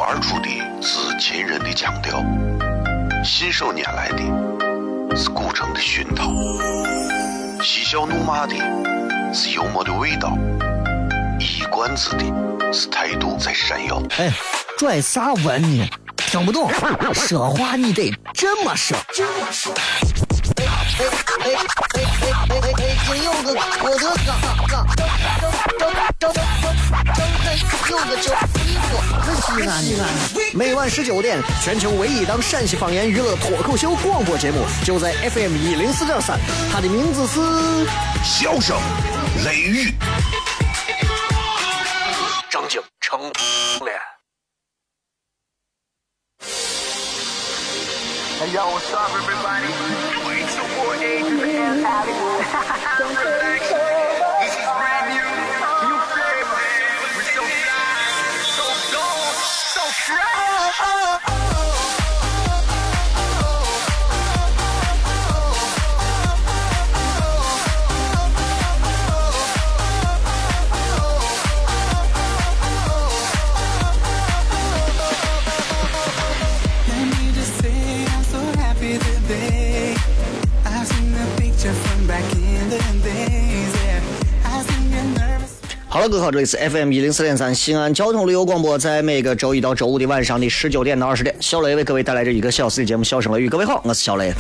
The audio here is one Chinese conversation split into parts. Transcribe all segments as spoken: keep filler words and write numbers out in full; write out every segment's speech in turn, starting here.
而出的是秦人的腔调，信手拈来的是古城的熏陶，嬉笑怒骂的是幽默的味道，一冠子的是态度在闪耀。 哎，拽啥文呢？听不懂，说话你得这么说。这么说。哎哎哎哎哎哎哎！金柚子，我的嘎嘎，张张张张张张开柚子酒，我西安西安。每晚十九点，全球唯一档陕西方言娱乐脱口秀广播节目，就在 F M 一零四点三，它的名字是笑声雷雨。 张景成脸。 Hey yo, what's up, everybody? three two four eight to the end alley. Don't relax. This is brand new, new flavor. We're so fly, so gold, so fresh. 好了，各位好，这里是 F M 一零四点三西安交通旅游广播，在每个周一到周五的晚上的十九点到二十点，小雷为各位带来这一个小时的节目《笑声雷雨》。各位好，我是小雷。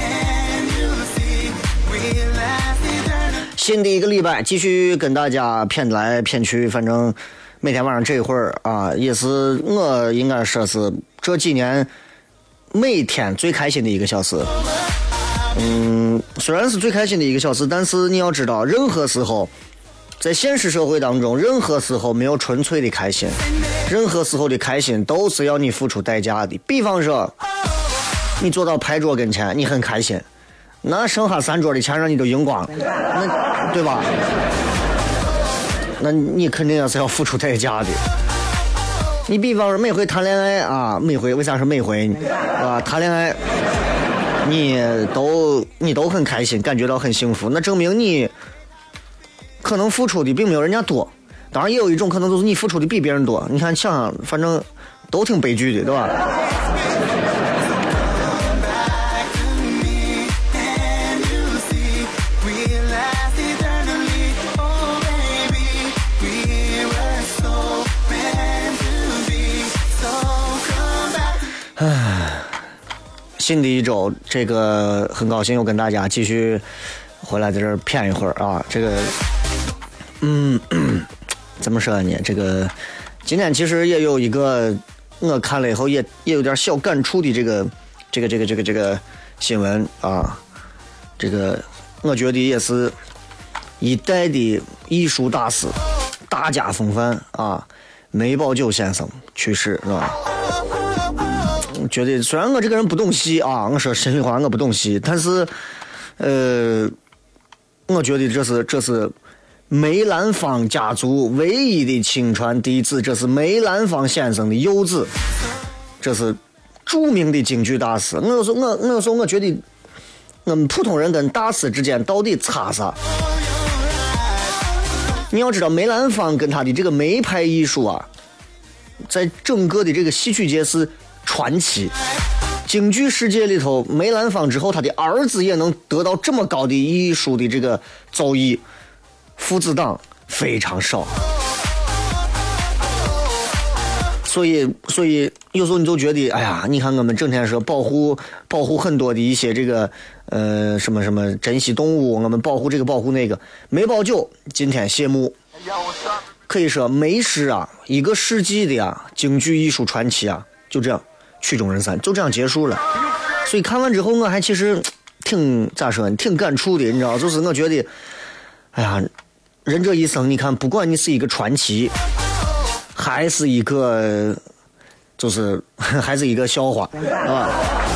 新的一个礼拜，继续跟大家骗来骗去，反正每天晚上这一会儿啊，也是我应该说是这几年每天最开心的一个小时。嗯，虽然是最开心的一个小时，但是你要知道，任何时候在现实社会当中，任何时候没有纯粹的开心，任何时候的开心都是要你付出代价的。比方说，你坐到牌桌跟前，你很开心，那剩下三桌的钱让你都赢光了，那对吧？那你肯定也是要付出代价的。你比方说每回谈恋爱啊，每回为啥是每回啊？谈恋爱，你都你都很开心，感觉到很幸福，那证明你可能付出的并没有人家多。当然也有一种可能就是你付出的比别人多。你看想想，反正都挺悲剧的，对吧？唉，新的一周，这个很高兴又跟大家继续回来在这儿骗一会儿啊。这个，嗯，怎么说呢？这个今天其实也有一个我看了以后也也有点小感触的这个这个这个这个这个新闻啊。这个我觉得也是一代的艺术大师，大家风范啊，梅葆玖先生去世，是吧？觉得虽然我这个人不懂戏啊，我说实话我不懂戏，但是呃我觉得这是这是梅兰芳家族唯一的亲传弟子，这是梅兰芳先生的幼子，这是著名的京剧大师。我有时候我我有时候我觉得我们普通人跟大师之间到底差啥？你要知道梅兰芳跟他的这个梅派艺术啊，在整个的这个戏曲界是传奇。京剧世界里头，梅兰芳之后他的儿子也能得到这么高的艺术的这个造诣，父子档非常少。所以所以有时候你就觉得，哎呀，你看我们整天说保护保护很多的一些这个呃什么什么珍稀动物，我们保护这个保护那个。梅葆玖今天谢幕，可以说梅氏啊一个世纪的啊京剧艺术传奇啊就这样曲终人散，就这样结束了。所以看完之后我还其实挺咋说挺感触的，你知道，就是我觉得哎呀，人这一生你看，不管你是一个传奇还是一个就是还是一个笑话啊，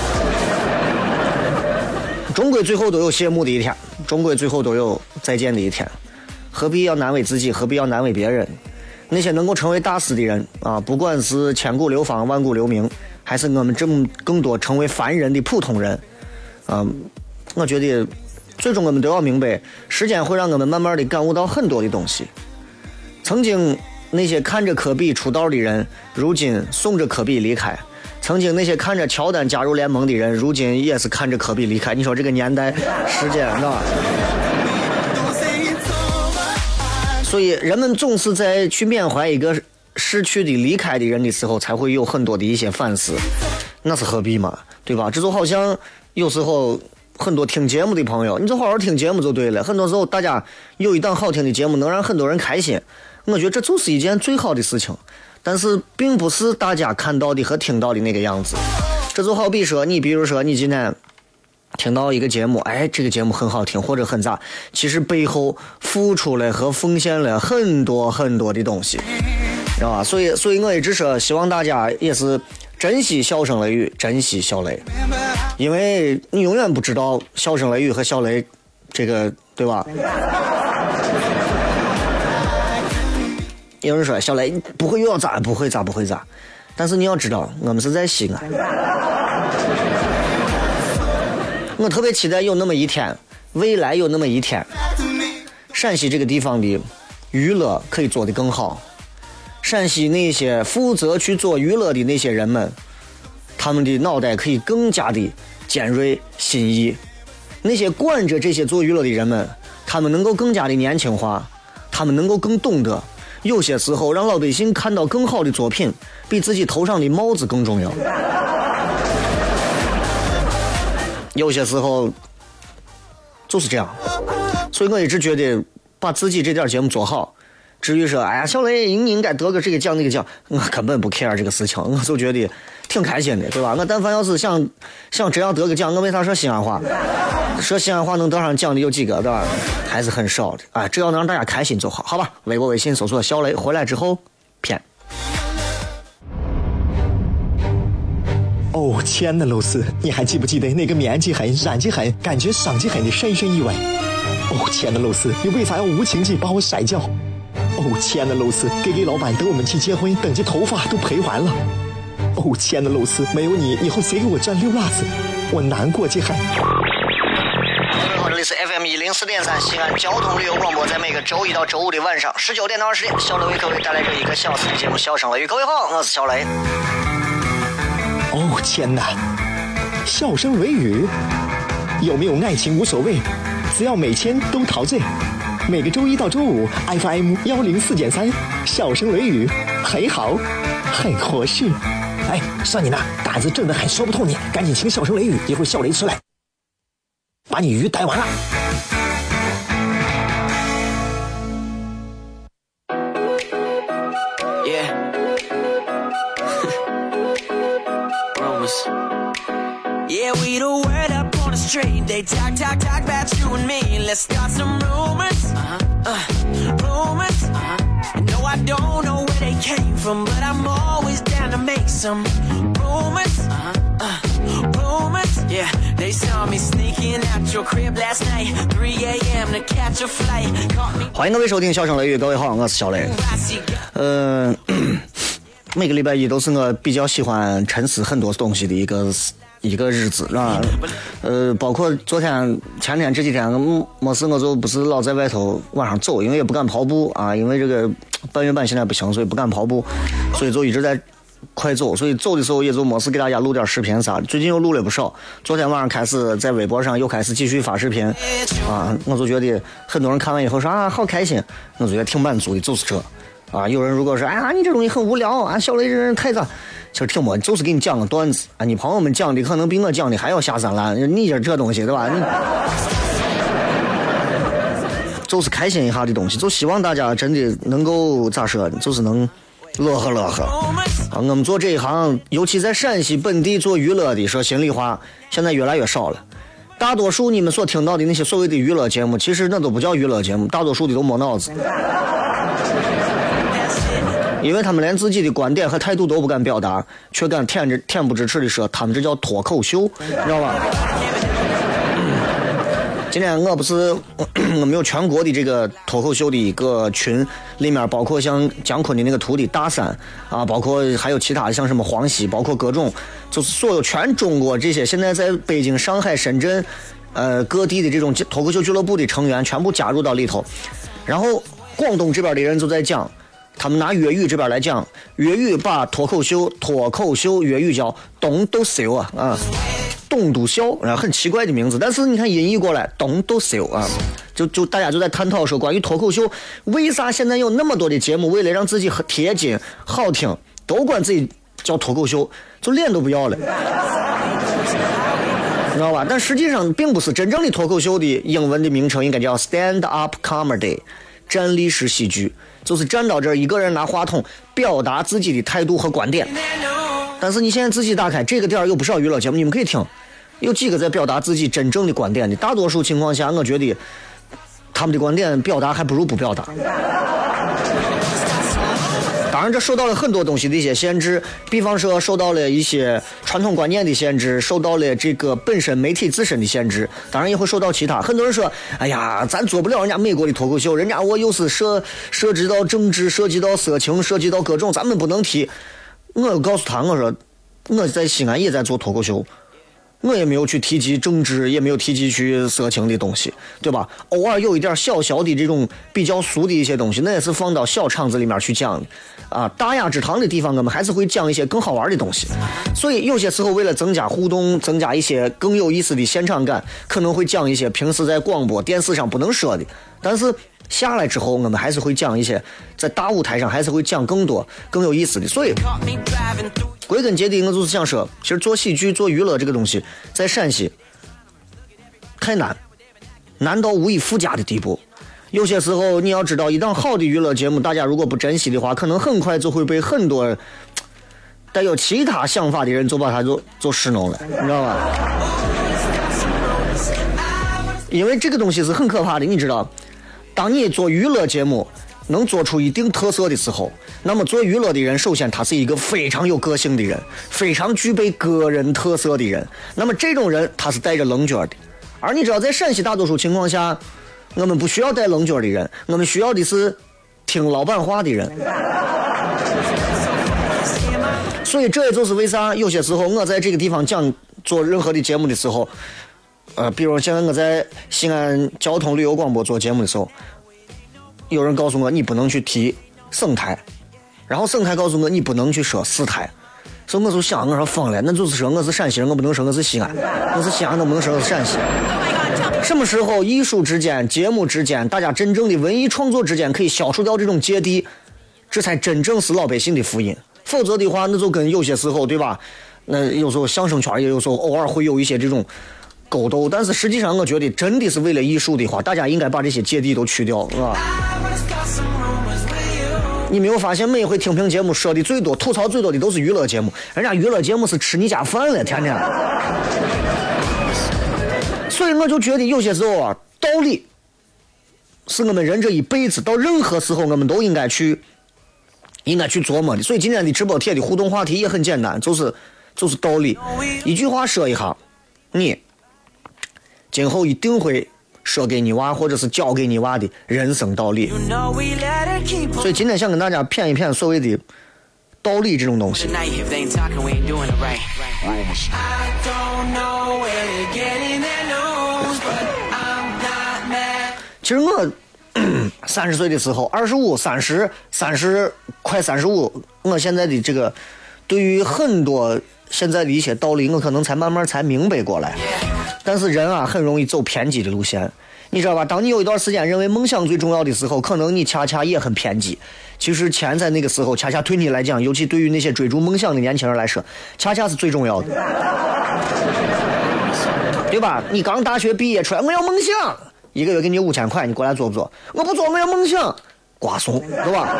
终归最后都有谢幕的一天，终归最后都有再见的一天，何必要难为自己，何必要难为别人？那些能够成为大师的人啊，不管是千古流芳万古留名，还是我们这么更多成为凡人的普通人啊，我觉得最终我们都要明白，时间会让我们慢慢的感悟到很多的东西。曾经那些看着科比出道的人，如今送着科比离开；曾经那些看着乔丹加入联盟的人，如今也是看着科比离开。你说这个年代时间是吧？所以人们总是在去缅怀一个逝去的离开的人的时候，才会有很多的一些反思。那是何必嘛，对吧？这就好像有时候很多听节目的朋友，你就好好听节目就对了。很多时候大家有一档好听的节目能让很多人开心，我觉得这就是一件最好的事情，但是并不是大家看到的和听到的那个样子。这就好比说，你比如说你今天听到一个节目，哎，这个节目很好听或者很咋，其实背后付出了和奉献了很多很多的东西，知道吧？所以所以我一直说，希望大家也是珍惜笑声雷雨，珍惜小雷，因为你永远不知道笑声雷雨和小雷这个，对吧？有人说小雷不会又要咋，不会咋不会咋，但是你要知道我们是在西安，我特别期待有那么一天，未来有那么一天，陕西这个地方的娱乐可以做得更好，陕西那些负责去做娱乐的那些人们，他们的脑袋可以更加的尖锐新意，那些管着这些做娱乐的人们，他们能够更加的年轻化，他们能够更懂得有些时候让老百姓看到更好的作品比自己头上的帽子更重要，有些时候就是这样。所以我一直觉得把自己这点节目做好，至于说哎呀小雷你应该得个这个奖那个奖，我根本不 care 这个事情，我就觉得挺开心的，对吧？我但凡要是想想真要得个奖，我为啥说西安话？说西安话能得上奖的有几个，对吧？还是很少的啊！只要能让大家开心就好，好吧？微博微信搜索小雷，回来之后骗。 哦，亲爱的露丝，你还记不记得那个棉积狠、染技狠、感觉伤及狠的深深意外？哦，亲爱的露丝，你为啥要无情地把我甩掉？哦，亲爱的露丝，给给老板等我们去结婚，等这头发都赔完了。哦，亲爱的露丝，没有你，以后谁给我赚溜辣子？我难过极狠。 各位好，这里是 F M 一零四点三西安交通旅游广播，在每个周一到周五的晚上十九点到二十点，小雷为各位带来这一个小时的节目《笑声雷雨》。各位好，我是小雷。 哦天哪，笑声雷雨，有没有爱情无所谓，只要每天都陶醉。每个周一到周五 F M 幺零四点三，笑声雷雨，很好，很合适。哎，算你那胆子正的很，说不透你，赶紧请笑声雷雨，一会儿笑雷出来，把你鱼逮完了。 Yeah, we the word up on the street. They talk, talk, talk about you and me. Let's start some rumors. Uh-huh. Uh, rumors. Uh-huh. No, I don't know where they came from, but I'm always down to make some rumors. Uh-huh. Uh, rumors. Yeah, they saw me sneaking out your crib last night. three a.m. to catch a flight. Caught me. 欢迎各位收听笑声雷雨，各位好，我是小雷。呃。每个礼拜一都是我比较喜欢沉思很多东西的一个一个日子啊，呃，包括昨天、前天这几天，没事我就不是老在外头晚上走，因为也不敢跑步啊，因为这个半月板现在不行，所以不敢跑步，所以就一直在快走，所以走的时候也就没事给大家录点视频啥，最近又录了不少。昨天晚上开始在微博上又开始继续发视频啊，我就觉得很多人看完以后说啊好开心，我就觉得挺满足的，就是这。啊，有人如果说哎呀你这东西很无聊啊，小雷这人太咋，其实听我就是给你讲个段子啊，你朋友们讲的可能比我讲的还要下三滥，你这这东西对吧？你就是开心一下的东西，就希望大家真的能够咋说，就是能乐呵乐呵啊。我们做这一行，尤其在陕西本地做娱乐的，说心里话，现在越来越少了。大多数你们所听到的那些所谓的娱乐节目，其实那都不叫娱乐节目，大多数的都没脑子。因为他们连自己的观点和态度都不敢表达，却敢恬着恬不知耻的说他们这叫脱口秀，知道吧？今天我不是我们有全国的这个脱口秀的一个群，里面包括像姜昆的那个徒弟大三啊，包括还有其他的像什么黄西，包括各种就是所有全中国这些现在在北京、上海、深圳呃各地的这种脱口秀俱乐部的成员全部加入到里头，然后广东这边的人就在讲。 他们拿粤语这边来讲，粤语把脱口秀脱口秀粤语叫东都秀啊啊，东都秀啊，很奇怪的名字，但是你看音译过来东都秀啊，就就大家就在探讨说关于脱口秀为啥现在有那么多的节目为了让自己贴近好听都管自己叫脱口秀，就脸都不要了，你知道吧？但实际上并不是真正的脱口秀的英文的名称应该叫 stand up comedy， 站立式喜剧，就是站到这儿一个人拿话筒表达自己的态度和观点。但是你现在仔细打开这个点儿有不少娱乐节目，你们可以听，有几个在表达自己真正的观点的，大多数情况下我觉得他们的观点表达还不如不表达。当然这受到了很多东西的一些限制，比方说受到了一些传统观念的限制，受到了这个本身媒体自身的限制，当然也会受到其他。很多人说哎呀咱做不了人家美国的脱口秀，人家我又是涉涉及到政治，涉及到色情，涉及到各种咱们不能提。我告诉他我说我在西安也在做脱口秀，我也没有去提及政治，也没有提及去色情的东西，对吧？偶尔有一点小小的这种比较俗的一些东西，那也是放到小场子里面去讲的啊。大雅之堂的地方我们还是会讲一些更好玩的东西，所以有些时候为了增加互动，增加一些更有意思的现场感，可能会讲一些平时在广播电视上不能说的，但是下来之后我们还是会讲一些在大舞台上还是会讲更多更有意思的。所以归根结底我就是想说，其实做喜剧做娱乐这个东西在陕西太难，难到无以复加的地步。有些时候你要知道，一档好的娱乐节目大家如果不珍惜的话，可能很快就会被很多带有其他想法的人就把它就就失弄了，你知道吧？因为这个东西是很可怕的，你知道，当你做娱乐节目能做出一定特色的时候，那么做娱乐的人首先他是一个非常有个性的人，非常具备个人特色的人，那么这种人他是带着棱角的。而你知道在陕西大多数情况下我们不需要带棱角的人，我们需要的是听老板话的人。所以这也就是为啥有些时候我在这个地方讲做任何的节目的时候，呃，比如现在我在西安交通旅游广播做节目的时候，有人告诉我你不能去提省台，然后省台告诉我你不能去说市台，所以我就想我说疯了，那就是说我是陕西人，我不能说我是西安，我是西安的不能说我是陕西。什么时候艺术之间节目之间大家真正的文艺创作之间可以消除掉这种芥蒂，这才真正是老百姓的福音。否则的话那就跟有些时候对吧，那有时候相声圈也有时候偶尔会有一些这种勾斗，但是实际上我觉得真的是为了艺术的话，大家应该把这些芥蒂都去掉，是吧？你没有发现每回听评节目说的最多吐槽最多的都是娱乐节目，人家娱乐节目是吃你家饭了，天天。所以我就觉得有些时候啊，道理是我们人这一辈子到任何时候我们都应该去应该去琢磨的。所以今天的直播贴的互动话题也很简单，就是就是道理，一句话说一下，你今后一定会说给你娃或者是教给你娃的人生道理。所以今天想跟大家骗一骗所谓的道理这种东西。其实我三十岁的时候，二十五、三十、三十快三十五，我现在的这个对于很多现在的一些道理，我可能才慢慢才明白过来。但是人啊，很容易走偏激的路线，你知道吧？当你有一段时间认为梦想最重要的时候，可能你恰恰也很偏激。其实钱在那个时候，恰恰对你来讲，尤其对于那些追逐梦想的年轻人来说，恰恰是最重要的，对吧？你刚大学毕业出来，我要梦想，一个月给你五千块，你过来做不做？我不做，我要梦想，瓜怂，对吧？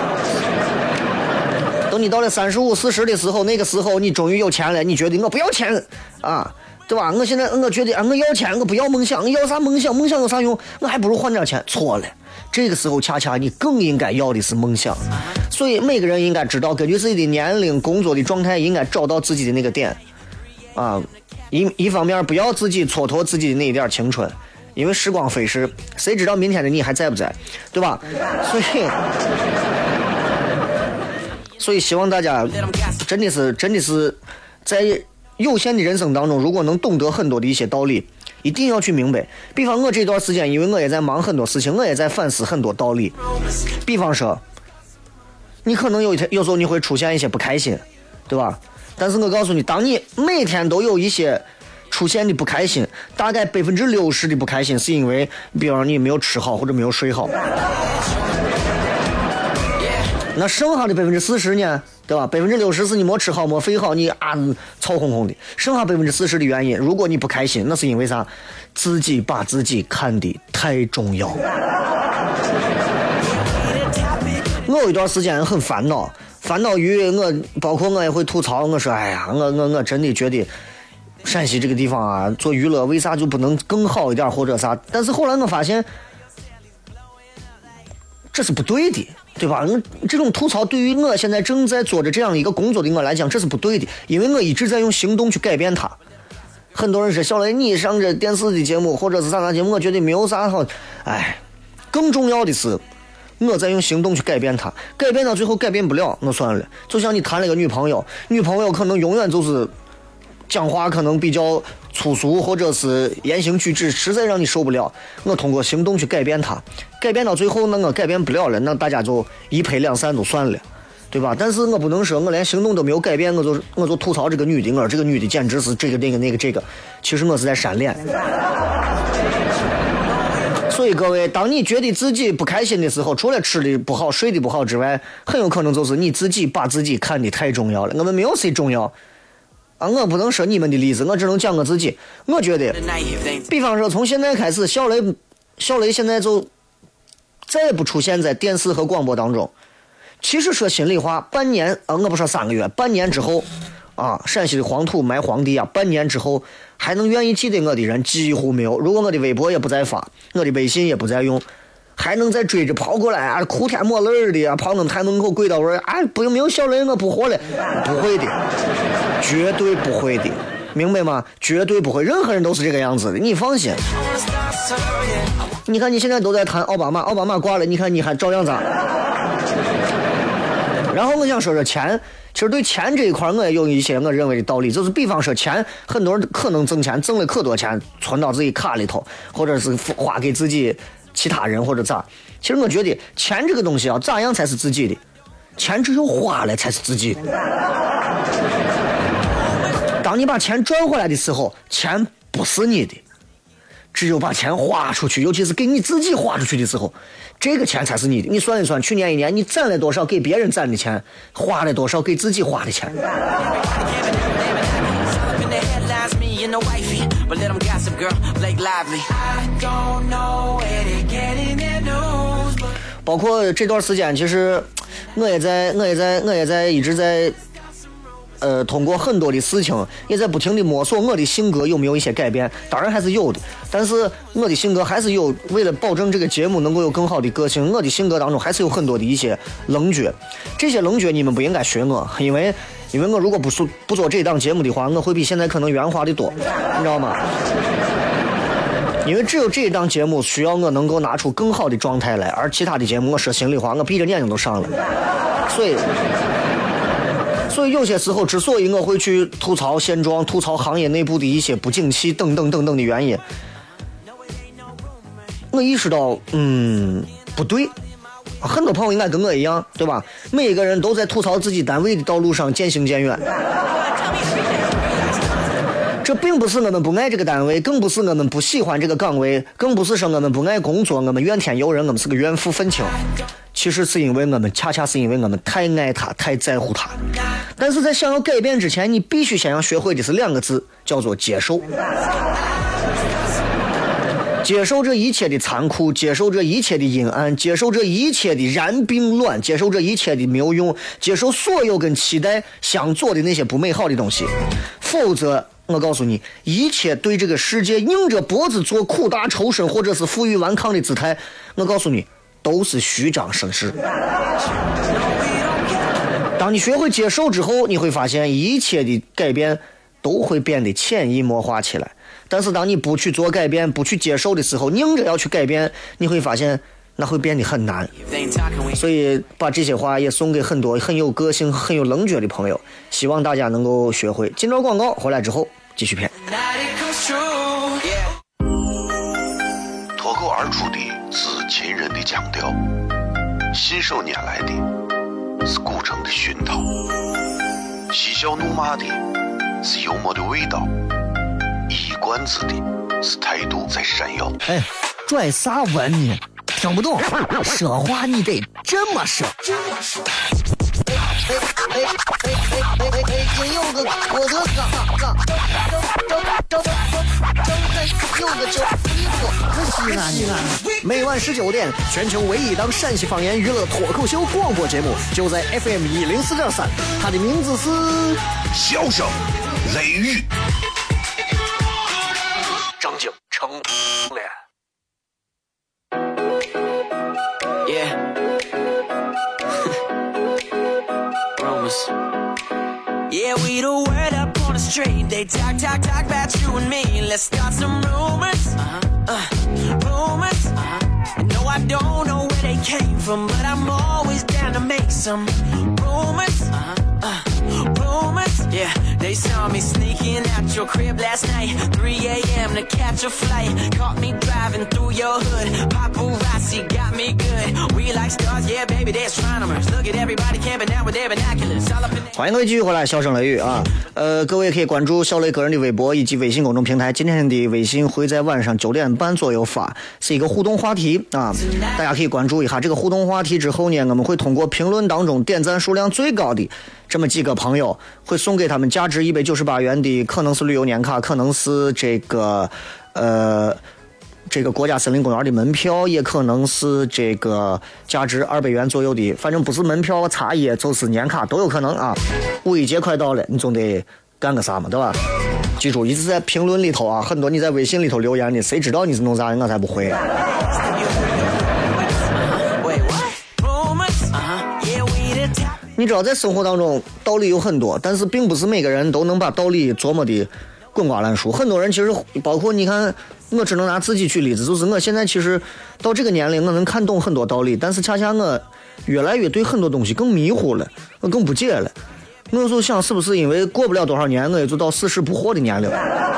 等你到了三十五、四十的时候，那个时候你终于有钱了，你觉得我不要钱啊？对吧？我现在我觉得啊，我要钱，我不要梦想，我要啥梦想？梦想有啥用？我还不如换点钱。错了，这个时候恰恰你更应该要的是梦想。所以每个人应该知道，根据自己的年龄、工作的状态，应该找到自己的那个点啊。一一方面不要自己蹉跎自己的那一点青春，因为时光飞逝，谁知道明天的你还在不在，对吧？所以，所以希望大家真的是真的是在有限的人生当中，如果能懂得很多的一些道理，一定要去明白。比方我这段时间，因为我也在忙很多事情，我也在反思很多道理。比方说你可能有一天有时候你会出现一些不开心，对吧？但是我告诉你，当你每天都有一些出现的不开心，大概百分之六十的不开心是因为，比方你没有吃好或者没有睡好。那剩下的百分之四十呢，对吧？百分之六十是你没吃好没睡好，你啊操哄哄的。剩下百分之四十的原因，如果你不开心，那是因为啥？自己把自己看得太重要。我有一段时间很烦恼，烦恼于我，包括我也会吐槽，我说哎呀，我我我真的觉得陕西这个地方啊，做娱乐为啥就不能更好一点或者啥？但是后来我发现这是不对的，对吧？这种吐槽对于我现在正在做着这样一个工作的我来讲，这是不对的，因为我一直在用行动去改变它。很多人说小雷你上这电视的节目或者是啥啥节目，我觉得没有啥好，哎，更重要的是我在用行动去改变它，改变到最后改变不了，那算了。就像你谈了一个女朋友，女朋友可能永远就是讲话可能比较粗俗，或者是言行举止实在让你受不了，我通过行动去改变它，改变到最后那我改变不了了，那大家就一赔两散就算了，对吧？但是我不能说我连行动都没有改变，我就我就吐槽这个女的，我这个女的简直是这个那个那个这个，其实我是在闪脸。所以各位，当你觉得自己不开心的时候，除了吃的不好睡的不好之外，很有可能就是你自己把自己看得太重要了。我们没有谁重要啊，我不能说你们的例子，我只能讲我自己。我觉得比方说从现在开始，小雷小雷现在就再也不出现在电视和广播当中。其实说心里话，半年啊，我不说三个月，半年之后啊，陕西的黄土埋皇帝啊，半年之后还能愿意记得我的人几乎没有。如果我的微博也不再发，我的微信也不再用，还能再追着跑过来啊，哭天抹泪的啊，跑到台门口跪到位啊，不没有小雷我不活了，不会的，绝对不会的，明白吗？绝对不会，任何人都是这个样子的，你放心。你看你现在都在谈奥巴马，奥巴马挂了，你看你还照样咋？然后我想说说钱，其实对钱这一块我也有一些我认为的道理，就是比方说钱，很多人可能挣钱挣了可多钱存到自己卡里头，或者是花给自己其他人或者咋。其实我觉得钱这个东西啊，咋样才是自己的？钱只有花了才是自己的。当你把钱赚回来的时候，钱不是你的，只有把钱花出去，尤其是给你自己花出去的时候，这个钱才是你的。你算一算，去年一年你攒了多少给别人攒的钱，花了多少给自己花的钱。包括这段时间，其实我也在，我也在，我也在一直在。呃，通过很多的事情，也在不停的摸索我的性格有没有一些改变，当然还是有的，但是我的性格还是有，为了保证这个节目能够有更好的个性，我的性格当中还是有很多的一些棱角，这些棱角你们不应该学我，因为因为我如果不做不做这档节目的话，我会比现在可能圆滑的多，你知道吗？因为只有这一档节目需要我能够拿出更好的状态来，而其他的节目我说心里话，我闭着眼睛都上了，所以所以有些时候之所以我会去吐槽现状，吐槽行业内部的一些不景气等等等等的原因，我意识到嗯不对，很多朋友应该跟我一样，对吧？每一个人都在吐槽自己单位的道路上渐行渐远，这并不是我们不爱这个单位，更不是我们不喜欢这个岗位，更不是说我们不爱工作，我们怨天尤人，我们是个怨妇愤青。其实是因为我们恰恰是因为我们太爱他，太在乎他。但是在想要改变之前，你必须先要学会的是两个字，叫做接受。接受这一切的残酷，接受这一切的阴暗，接受这一切的然并卵，接受这一切的没有用，接受所有跟期待相左的那些不美好的东西。否则我告诉你，一切对这个世界硬着脖子做苦大仇深或者是负隅顽抗的姿态，我告诉你都是虚张声势。当你学会接受之后，你会发现一切的改变都会变得潜移默化起来。但是当你不去做改变，不去接受的时候，硬着要去改变，你会发现那会变得很难。所以把这些话也送给很多很有个性很有棱角的朋友，希望大家能够学会。进到广告回来之后继续片。 脱口而出的是秦人的腔调，信手拈来的是古城的熏陶，嬉笑怒骂的是幽默的味道，一冠子的是态度在闪耀。 哎，拽啥文呢？听不懂，说话你得这么说。哎哎哎哎哎哎！北京有个我的嘎嘎，张张张张张开有个叫一个西安西安。每晚十九点，全球唯一档陕西方言娱乐脱口秀广播节目，就在 F M 一零四点三，它的名字是笑声雷雨。 张景成脸。 Yeah. Rumors. Yeah, we the word up on the street. They talk, talk, talk about you and me. Let's start some rumors. Uh-huh. Uh, rumors. Uh-huh. No, I don't know where they came from, but I'm always down to make some rumors. Uh-huh. Uh, rumors. Yeah, they saw me sneaking out your crib last night. three a.m. to catch a flight. Caught me driving through your hood. Paparazzi got me good. We like stars, yeah, baby, they're astronomers. Look at everybody camping out with their binoculars. All up in 欢迎各位继续回来，笑声雷雨啊！呃，各位可以关注小雷个人的微博以及微信公众平台。今天的微信会在晚上九点半左右发，是一个互动话题啊，大家可以关注一下这个互动话题。之后呢，我们会通过评论当中点赞数量最高的这么几个朋友，会送给他们价值一百九十八元的，可能是旅游年卡，可能是这个呃。这个国家森林公园的门票，也可能是这个价值二百元左右的，反正不是门票茶叶就是年卡都有可能啊。五一节快到了，你总得干个啥嘛，对吧？记住，一直在评论里头啊，很多你在微信里头留言的，谁知道你是弄啥，我才不会。你知道，在生活当中道理有很多，但是并不是每个人都能把道理琢磨的滚瓜烂熟。很多人其实，包括你看。我只能拿自己举例子，就是我现在其实到这个年龄，我能看懂很多道理，但是恰恰我越来越对很多东西更迷糊了，我更不解了。我就想，是不是因为过不了多少年，我也就到四十不惑的年龄，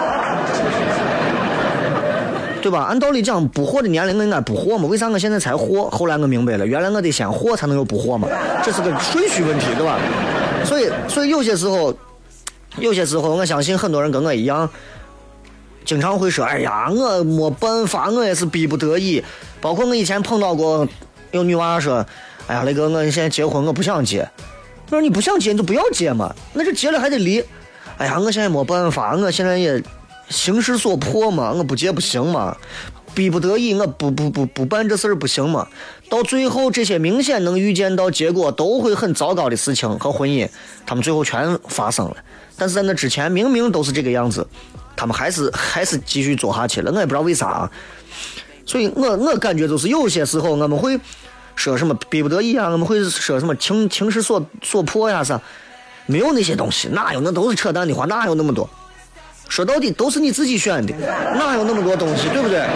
对吧？按道理讲，不惑的年龄我应该不惑嘛？为啥我现在才惑？后来我明白了，原来我得先惑才能有不惑嘛，这是个顺序问题，对吧？所以，所以有些时候，有些时候，我相信很多人跟我一样。经常会说，哎呀，我没办法，我也是逼不得已。包括我以前碰到过有女娃说，哎呀，雷哥，我现在结婚，我不想结。我说你不想结，你就不要结嘛，那这结了还得离。哎呀，我现在没办法，我现在也形势所迫嘛，我不结不行嘛，逼不得已，我不不不不办这事儿不行嘛。到最后，这些明显能预见到结果都会很糟糕的事情和婚姻，他们最后全发生了。但是在那之前，明明都是这个样子。他们还是还是继续做下去了，我也不知道为啥、啊。所以我我感觉就是有些时候我们会说什么逼不得已啊，我们会说什么情情势所所迫呀啥，没有那些东西，哪有，那都是扯淡的话，哪有那么多？说到底都是你自己选的，哪有那么多东西，对不对？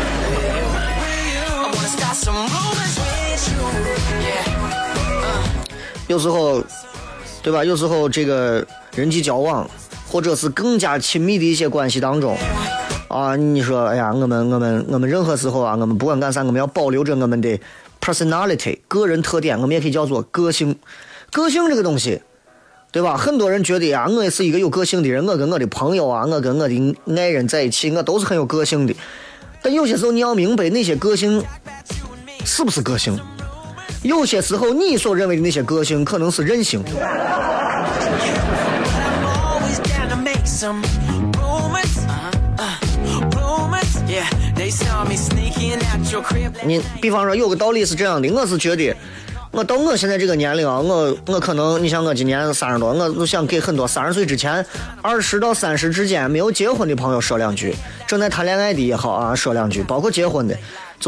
有时候，对吧？有时候这个人际交往。或者是更加亲密的一些关系当中，啊，你说，哎呀，我们我们我们任何时候啊，我们不管干啥，我们要保留着我们的 personality 个人特点，我们也可以叫做个性。个性这个东西，对吧？很多人觉得呀，我也是一个有个性的人，我跟我的朋友啊，我跟我的爱人在一起，我都是很有个性的。但有些时候你要明白，那些个性是不是个性？有些时候你所认为的那些个性，可能是任性。Some rumors, uh, rumors, yeah. They saw me sneaking out your crib. 你比方说有个道理是这样的，我是觉得，我到我现在这个年龄啊，我我可能，你像我今年三十多，我就想给很多三十岁之前、二十到三十之间没有结婚的朋友说两句，正在谈恋爱的也好啊，说两句，包括结婚的，就是，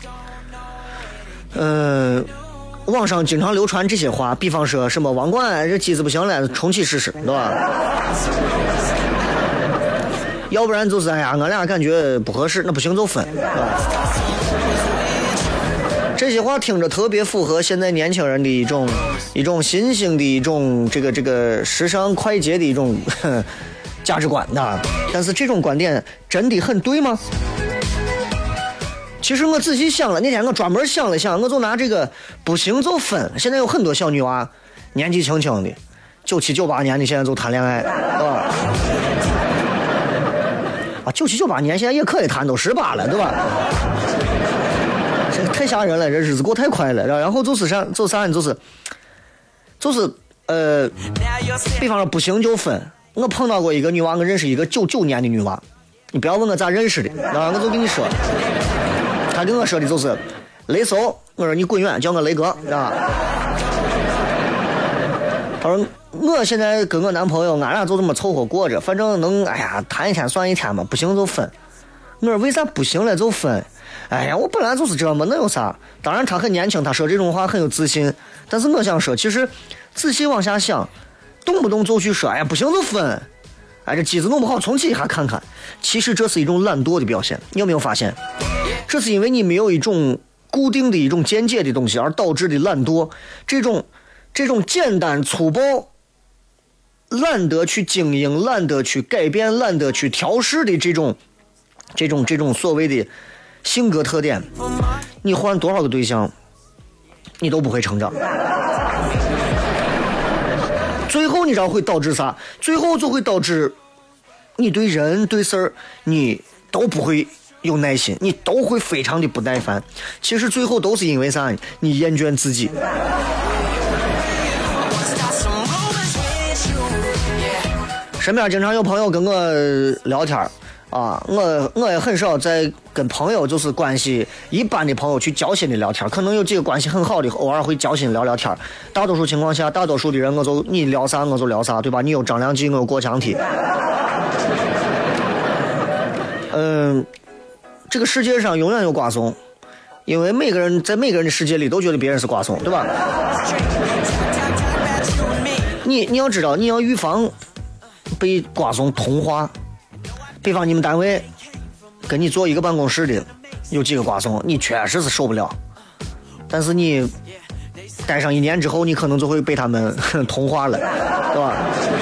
嗯、呃。网上经常流传这些话，比方说什么网管这机子不行了，重启试试，对吧？要不然就是哎呀，我俩感觉不合适，那不行就分。这些话听着特别符合现在年轻人的一种一种新兴的一种这个这个时尚快捷的一种呵价值观的，但是这种观点真的很对吗？ 其实我仔细想了，那天我专门想了想，我就拿这个不行就分。现在有很多小女娃，年纪轻轻的，九七九八年的现在就谈恋爱，对吧？啊，九七九八年现在也可以谈，都十八了，对吧？这太吓人了，这日子过太快了。然后就是啥，就是啥，就是就是呃，比方说不行就分。我碰到过一个女娃，我认识一个九九年的女娃，你不要问我咋认识的，然后我就跟你说，她跟我说的就是雷搜，我说你滚远，叫我雷哥，啊。她说我现在跟我男朋友，俺俩就这么凑合过着，反正能，哎呀，谈一天算一天嘛，不行就分。我说为啥不行了就分？哎呀，我本来就是这么，那有啥？当然他很年轻，他说这种话很有自信，但是我想说，其实仔细往下想。动不动就去说，哎呀，不行就分，哎，这机子弄不好重启一下看看。其实这是一种懒惰的表现，你有没有发现？这是因为你没有一种固定的一种见解的东西而导致的懒惰。这种这种简单粗暴，懒得去经营，懒得去改变，懒得去调试的这种这种这种所谓的性格特点，你换多少个对象，你都不会成长。最后你知道会导致啥？最后就会导致你对人对事儿你都不会有耐心，你都会非常的不耐烦。其实最后都是因为啥？你厌倦自己。身边经常有朋友跟我聊天啊，我我也很少在跟朋友就是关系一般的朋友去交心的聊天，可能有几个关系很好的偶尔会交心聊聊天，大多数情况下大多数的人我就你聊啥我就聊啥，对吧？你有张良计我有过墙梯。嗯，这个世界上永远有瓜怂，因为每个人在每个人的世界里都觉得别人是瓜怂，对吧？你你要知道，你要预防被瓜怂同化。比方你们单位跟你坐一个办公室的有几个瓜怂，你确实是受不了，但是你待上一年之后，你可能就会被他们同化了，对吧？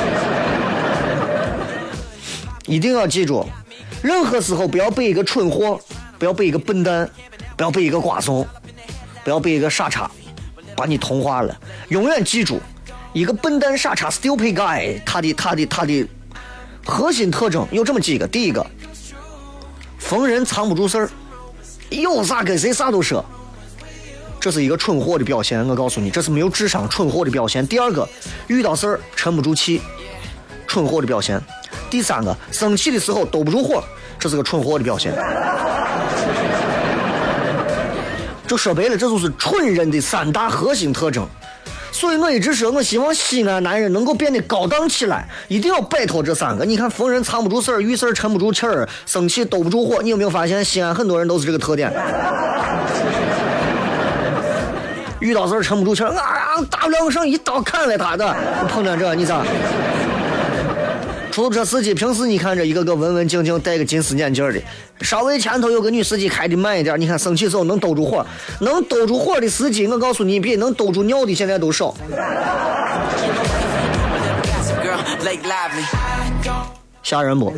一定要记住，任何时候不要被一个蠢货，不要被一个笨蛋，不要被一个瓜怂，不要被一个傻叉把你同化了。永远记住，一个笨蛋傻叉 stupid guy， 他的他的他的核心特征有这么几个。第一个，逢人藏不住事儿，有啥跟谁啥都说，这是一个蠢货的表现，我告诉你，这是没有智商蠢货的表现。第二个，遇到事儿沉不住气，蠢货的表现。第三个，生气的时候兜不住火，这是个蠢货的表现。就说白了，这就是蠢人的三大核心特征。所以我一直说，我希望西安男人能够变得高档起来，一定要摆脱这三个。你看，逢人藏不住事儿，遇事儿沉不住气儿，生气兜不住火。你有没有发现，西安很多人都是这个特点？遇到事儿沉不住气儿，啊，大不了上一刀砍了他的。碰见这你咋？出租车司机平时你看着一个个文文静静，戴个金丝眼镜的，稍微前头有个女司机开的慢一点，你看生气时候能兜住火，能兜住火的司机，我告诉你，比能兜住尿的现在都少。吓人不？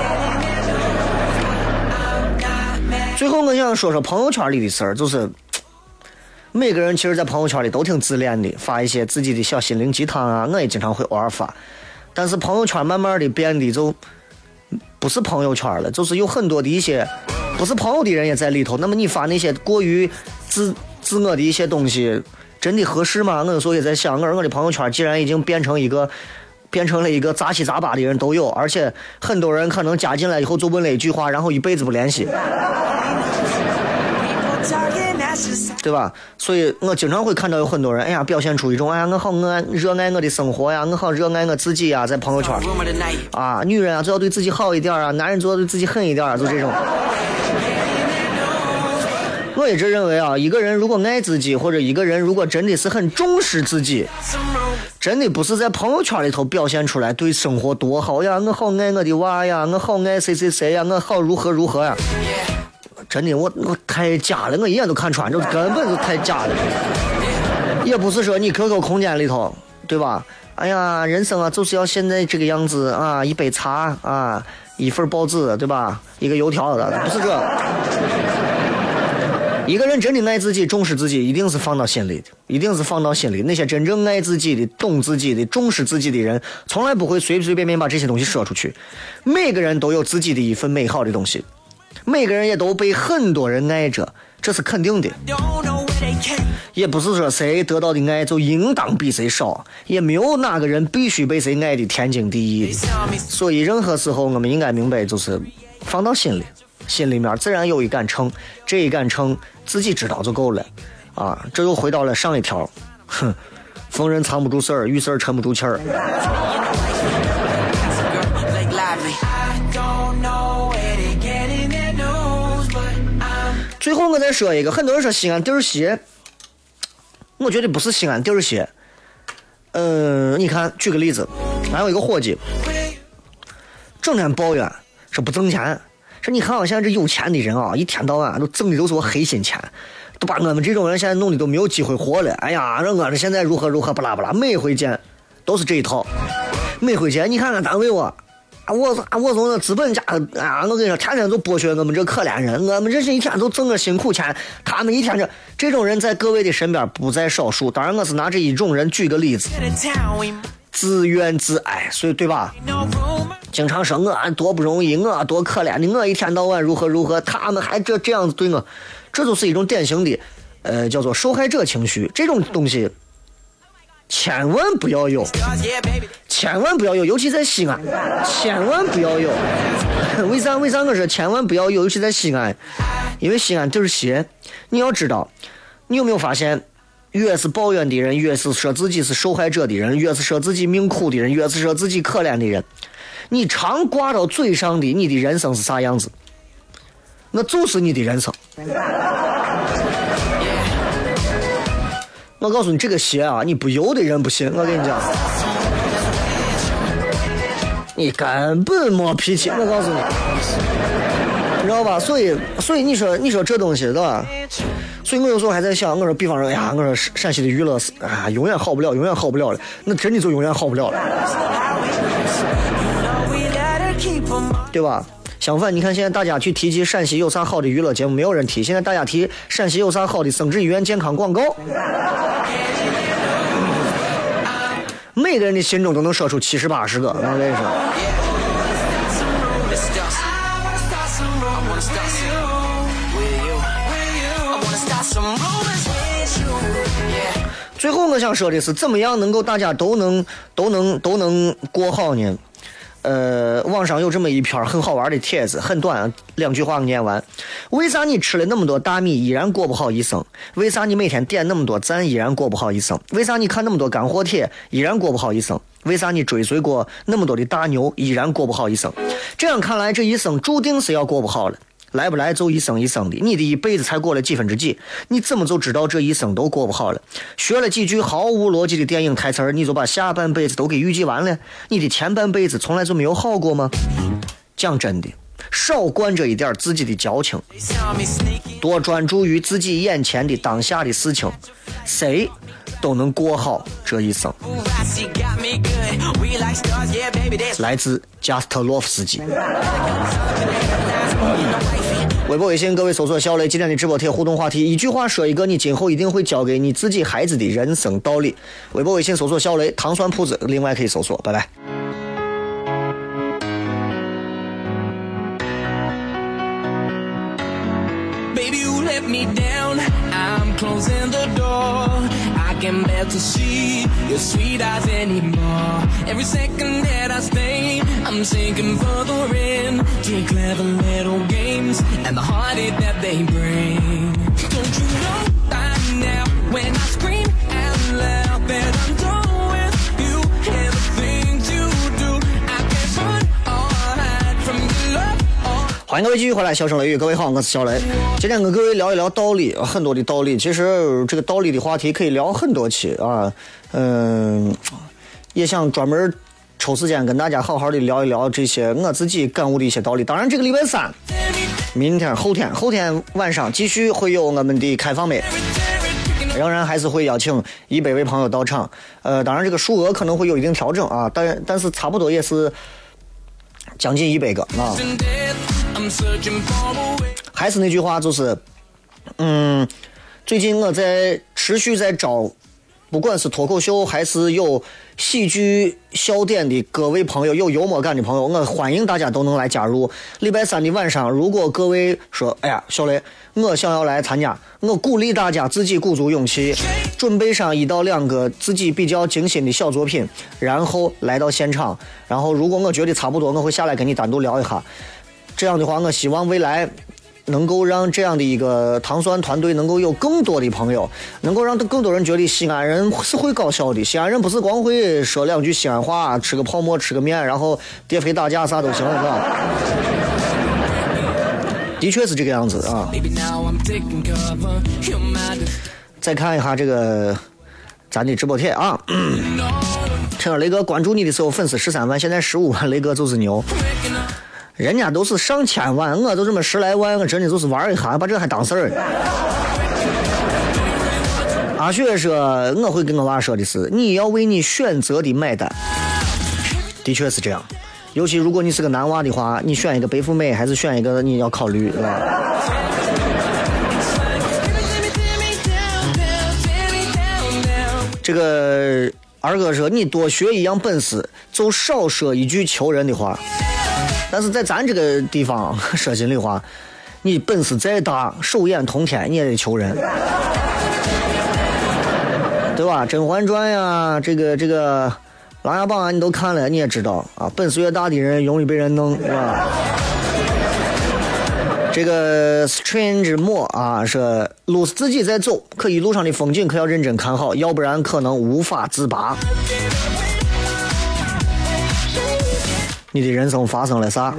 最后我想说说朋友圈里的事儿，就是每个人其实在朋友圈里都挺自恋的，发一些自己的小心灵鸡汤啊，我也经常会偶尔发。但是朋友圈慢慢的变得就不是朋友圈了，就是有很多的一些不是朋友的人也在里头。那么你发那些过于自自我的一些东西，真的合适吗？我有时候也在想，我我的朋友圈既然已经变成一个变成了一个杂七杂八的人都有，而且很多人可能加进来以后就问了一句话，然后一辈子不联系，对吧？所以我经常会看到有很多人，哎呀，表现出一种，哎呀，我好我热爱我的生活呀，我好热爱我自己呀，在朋友圈啊，女人啊就要对自己好一点啊，男人就要对自己狠一点啊，就这种。我一直认为啊，一个人如果爱自己，或者一个人如果真的是很重视自己，真的不是在朋友圈里头表现出来对生活多好呀，我好爱我的娃呀，我好爱谁谁谁呀，我好如何如何呀。真的我我太假了，我一眼都看穿，这根本就太假了。也不是说你 Q Q 空间里头，对吧？哎呀，人生啊就是要现在这个样子啊，一杯茶啊，一份包子，对吧？一个油条的，不是这。 一个人真的爱自己、重视自己，一定是放到心里的，一定是放到心里。那些真正爱自己的、懂自己的、重视自己的人，从来不会随随便便把这些东西说出去。每个人都有自己的一份美好的东西，每个人也都被很多人爱着，这是肯定的。也不是说谁得到的爱就应当比谁少，也没有哪个人必须被谁爱的天经地义的。所以任何时候我们应该明白，就是放到心里，心里面自然有一杆秤，这一杆秤自己知道就够了啊！这又回到了上一条，哼，逢人藏不住事儿，遇事儿沉不住气儿。最后我再说一个，很多人说西安地儿邪，我觉得不是西安地儿邪。嗯，你看，举个例子，还有一个伙计，整天抱怨说不挣钱，说你看啊，现在这有钱的人啊，一天到晚都挣的都是我黑心钱，都把我们这种人现在弄的都没有机会活了。哎呀，让我这现在如何如何不拉不拉，每回见都是这一套。每回见你看看单位我。啊，我我从那资本家啊，我跟你说，天天都剥削我们这可怜人，我们这是一天都挣着辛苦钱，他们一天这这种人在各位的身边不在少数。当然，我是拿这一种人举个例子，自怨自哀，所以对吧？经常说我多不容易，我多可怜的，我一天到晚如何如何，他们还这这样子对我，这就是一种典型的，呃，叫做受害者情绪。这种东西千万不要有，千万不要有，尤其在西安，千万不要有。为啥？为啥我说千万不要有？尤其在西安，因为西安地儿邪。你要知道，你有没有发现，越是抱怨的人，越是说自己是受害者的人，越是说自己命苦的人，越是说自己可怜的人，你常挂到嘴上的，你的人生是啥样子？那就是你的人生。我告诉你，这个邪啊，你不由的人不信。我跟你讲，你根本没脾气。我告诉你，你知道吧？所以，所以你说，你说这东西，对吧？所以我有时候还在想，我说，比方说，哎呀，我说陕西的娱乐是啊，永远好不了，永远好不了了。那真的就永远好不了了，对吧？相反，你看现在大家去提及陕西有啥好的娱乐节目，没有人提。现在大家提陕西有啥好的生殖医院健康广告，每个人的心中都能说出七十八十个。我跟你说，最后我想说的是，怎么样能够大家都能都能都能过好呢？呃，网上有这么一篇很好玩的帖子，很短，两句话我念完。为啥你吃了那么多大米依然过不好一生？为啥你每天点那么多赞依然过不好一生？为啥你看那么多干货帖依然过不好一生？为啥你追随过那么多的大牛依然过不好一生？这样看来，这一生注定是要过不好了。来不来就一生一生的，你的一辈子才过了几分之几，你怎么就知道这一生都过不好了？学了几句毫无逻辑的电影台词，你就把下半辈子都给预计完了？你的前半辈子从来就没有好过吗？讲真的，少惯着一点自己的矫情，多专注于自己眼前的当下的事情，谁都能过好这一生。来自加斯特洛夫斯基。微博微信各位搜索小雷，今天的直播贴互动话题，一句话说一个你今后一定会教给你自己孩子的人生道理。微博微信搜索小雷糖酸铺子，另外可以搜索。拜拜。 Baby, you let me down, I'm closing the door. I can't bear to see your sweet eyes anymore. Every second that I stay, I'm sinking further in to clever little games and the heartache that they bring. Don't you know by now when I scream out loud that I'm done with you and the things you do, I can't run or hide from your love. 欢迎各位继续回来，笑声雷雨，各位好，我是小雷。今天跟各位聊一聊道理，很多的道理。其实这个道理的话题可以聊很多期啊，嗯，也想专门抽时间跟大家好好的聊一聊这些我自己感悟的一些道理。当然，这个礼拜三、明天、后天、后天晚上继续会有我们的开放麦，仍然还是会邀请一百位朋友到场。呃，当然这个数额可能会有一定调整啊，但但是差不多也是将近一百个啊。还是那句话，就是嗯，最近我在持续在找，不管是脱口秀还是有喜剧笑点的各位朋友，有幽默感的朋友，我欢迎大家都能来加入。礼拜三的晚上，如果各位说，哎呀，小雷，我想要来参加，我鼓励大家自己鼓足勇气，准备上一到两个自己比较精心的小作品，然后来到现场。然后，如果我觉得差不多，我会下来跟你单独聊一下。这样的话，我希望未来能够让这样的一个糖酸团队能够有更多的朋友，能够让更多人觉得西安人是会搞笑的，西安人不是光会说两句西安话，吃个泡沫吃个面，然后跌飞打架啥都行，是吧？的确是这个样子啊。再看一下这个咱的直播帖啊，趁着雷哥关注你的时候粉丝十三万，现在十五万，雷哥就是牛。人家都是上千万，我都这么十来万，我真的就是玩一下，把这还当事儿。阿雪说，我会跟我娃说的是，你要为你选择的买单。的确是这样，尤其如果你是个男娃的话，你选一个白富美还是选一个你要考虑，是吧？这个二哥说，你多学一样本事，就少说一句求人的话。但是在咱这个地方，说心里话，你本事再大，手眼通天，你也得求人，对吧？《甄嬛传》呀，这个这个《琅琊榜》啊，你都看了，你也知道啊，本事越大的人容易被人弄，是吧？这个 Strange 莫啊，说路是自己在走，可一路上的风景可要认真看好，要不然可能无法自拔。你的人生发生了啥？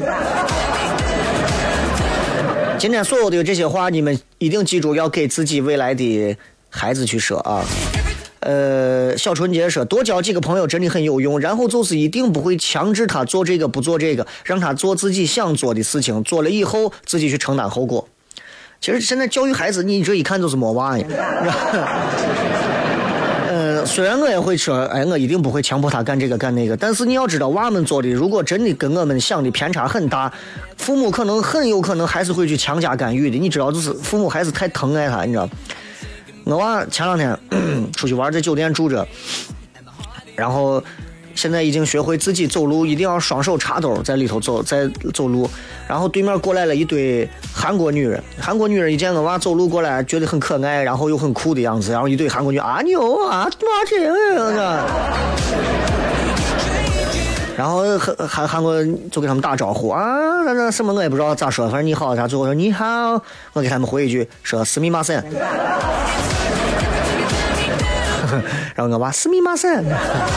今天所有的这些话，你们一定记住，要给自己未来的孩子去说啊。呃，小春节说，多交几个朋友真的很有用，然后就是一定不会强制他做这个不做这个，让他做自己想做的事情，做了以后自己去承担后果。其实现在教育孩子，你这一看就是没娃呀。呃，虽然我也会说，哎，我一定不会强迫他干这个干那个，但是你要知道，娃们做的如果真的跟我们想的偏差很大，父母可能很有可能还是会去强加干预的。你知道，就是父母还是太疼爱他，你知道。我娃前两天出去玩，在酒店住着，然后现在已经学会自己走路，一定要双手插兜在里头走，在走路。然后对面过来了一堆韩国女人，韩国女人一见我娃走路过来，觉得很可爱，然后又很酷的样子，然后一堆韩国女啊牛啊妈这样，然后韩韩国就给他们打招呼啊，那那什么我也不知道咋说，反正你好啥，最后说你好，我给他们回一句说斯密马森。然后我娃斯密马森。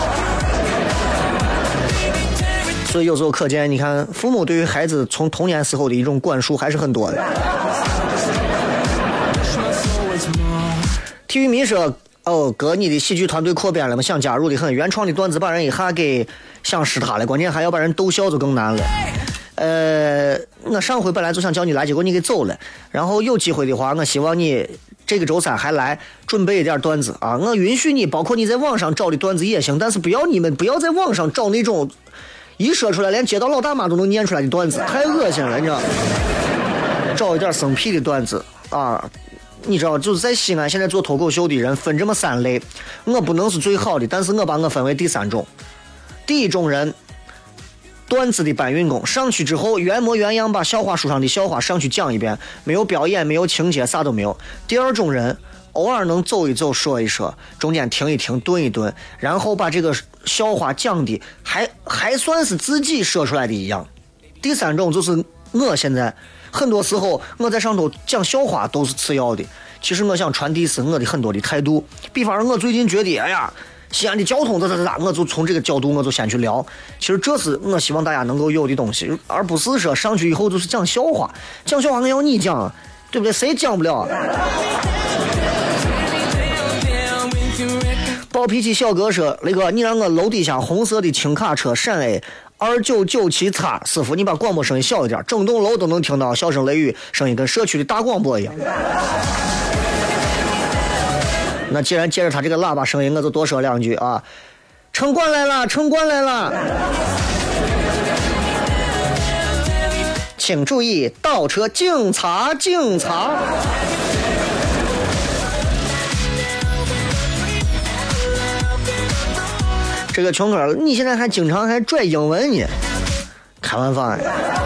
所以有时候可见，你看父母对于孩子从童年时候的一种管束还是很多的。体育迷说：“哦，哥，你的喜剧团队扩编了吗？想加入的很，原创的段子把人一下给想湿塌了，关键还要把人逗笑就更难了。”呃，我上回本来就想叫你来，结果你给走了。然后有机会的话，我希望你这个周三还来准备一点段子啊！我允许你，包括你在网上找的段子也行，但是不要你们不要在网上找那种一说出来连街道老大妈都能念出来的段子，太恶心了，你知道？找一点生僻的段子啊！你知道，就是在西安现在做脱口秀的人分这么三类，我不能是最好的，但是我把我分为第三种。第一种人，段子的搬运工，上去之后原模原样把笑话书上的笑话上去讲一遍，没有表演，没有情节，啥都没有。第二种人，偶尔能走一走说一说，中间停一停顿一顿，然后把这个笑话讲的还还算是自己说出来的一样。第三种就是我现在很多时候我在上头讲笑话都是次要的，其实我想传递是我的很多的态度。比方说我最近觉得哎呀西安的交通咋咋咋，我就从这个角度我就先去聊，其实这是我希望大家能够有的东西，而不是说上去以后就是讲笑话，讲笑话我要你讲，对不对？谁讲不了？暴脾气小哥说，雷哥，你让我楼底下红色的轻卡车闪 A二九九七叉，师傅你把广播声音小一点，整栋楼都能听到笑声雷雨，声音跟社区的大广播一样。那既然借着他这个喇叭声音，我就多说两句啊！城管来了，城管来了，请注意倒车，警察，警察！ 这个穷哥，你现在还经常还拽英文呢，开玩笑呀。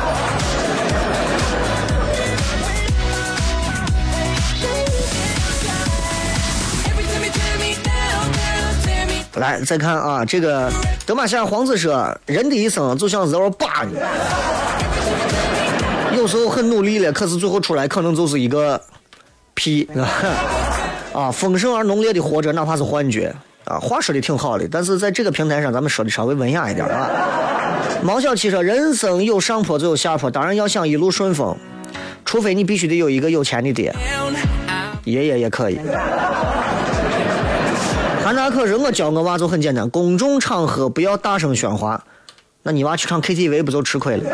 来，再看啊，这个德玛西亚皇子说，人的一生就像是要扒你，有时候很努力了，可是最后出来可能就是一个屁啊！丰盛而浓烈的活着，哪怕是幻觉啊！话说的挺好的，但是在这个平台上，咱们说的稍微文雅一点啊。毛小七说，人生有上坡就有下坡，当然要想一路顺风，除非你必须得有一个有钱的爹，爷爷也可以。韩达克说，我教我娃就很简单，公众场合不要大声喧哗。那你娃去唱 K T V 不就吃亏了？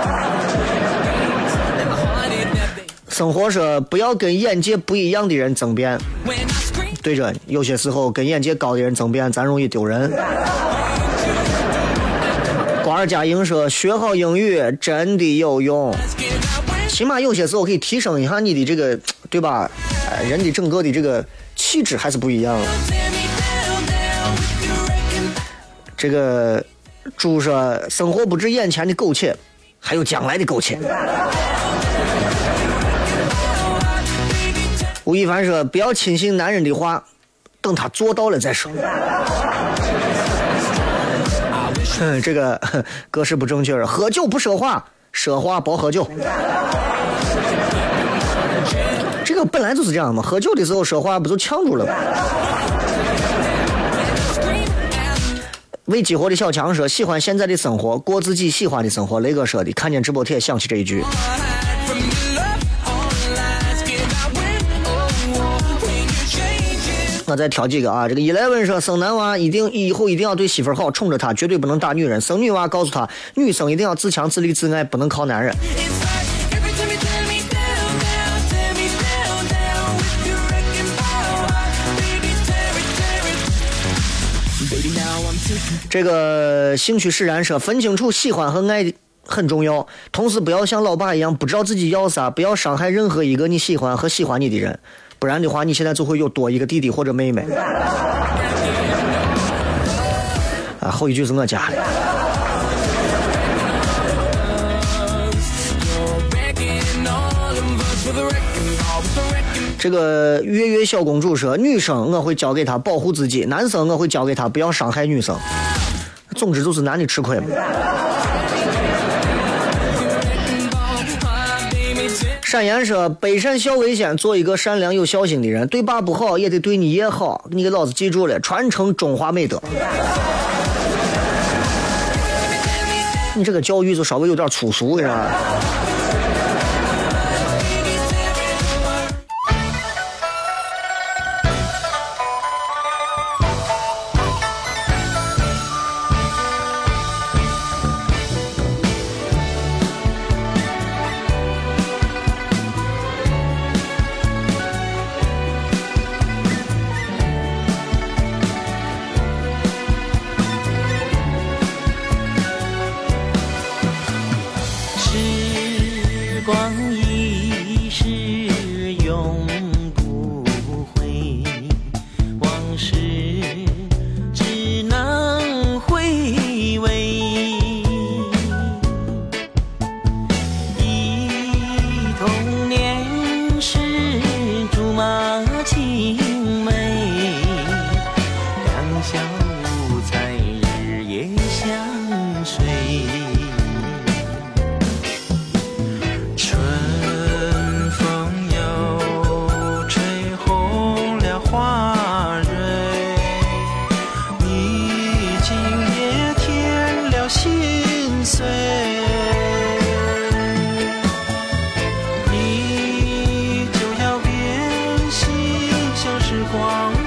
生活说，不要跟眼界不一样的人争辩。对着，有些时候跟眼界高的人争辩，咱容易丢人。瓜尔佳莹说，学好英语真的有用，起码有些时候可以提升一下你的这个，对吧？人的整个的这个气质还是不一样的。这个猪说，生活不止眼前的苟且，还有将来的苟且。吴亦凡说，不要轻信男人的话，等他做到了再说。嗯，这个格式不正确，喝酒不说话，说话不喝酒。这个本来就是这样嘛，喝酒的时候说话不就呛住了吗？为激活的小强说，喜欢现在的生活，过自己喜欢的生活。雷哥说的，看见直播贴想起这一句。我再挑几个啊，这个一来问说，生男娃一定以后一定要对媳妇好，宠着她，绝对不能打女人。生女娃告诉她，女生一定要自强自立自爱，不能靠男人。这个兴趣使然说，分清楚喜欢和爱很重要，同时不要像老爸一样不知道自己要啥，不要伤害任何一个你喜欢和喜欢你的人，不然的话你现在就会有多一个弟弟或者妹妹。啊，后一句是我加的。这个月月小公主说，女生我会教给她保护自己，男生我会教给她不要伤害女生。总之就是男的吃亏嘛。闪言说，悲善孝为先，做一个善良有孝心的人，对爸不好也得对你也好，你给老子记住了，传承中华美德。你这个教育就稍微有点粗俗，是吧？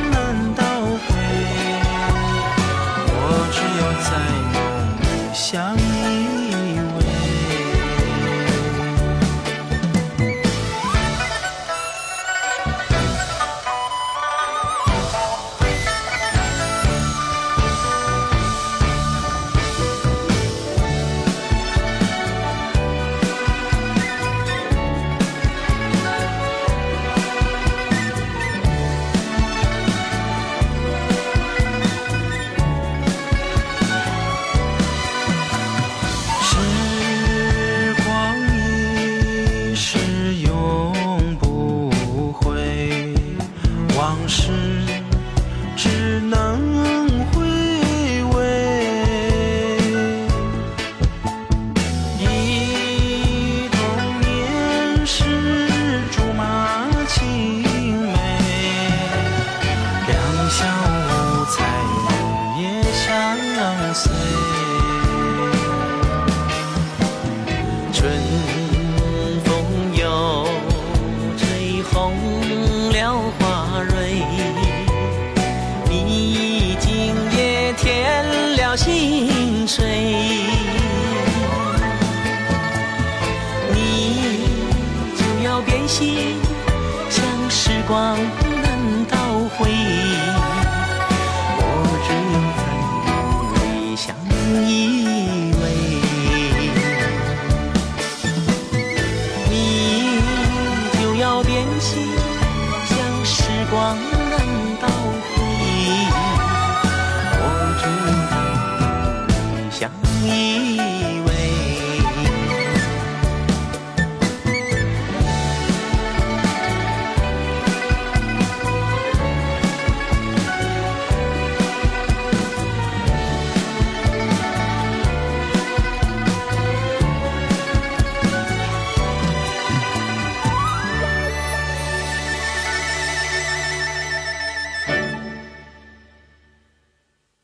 下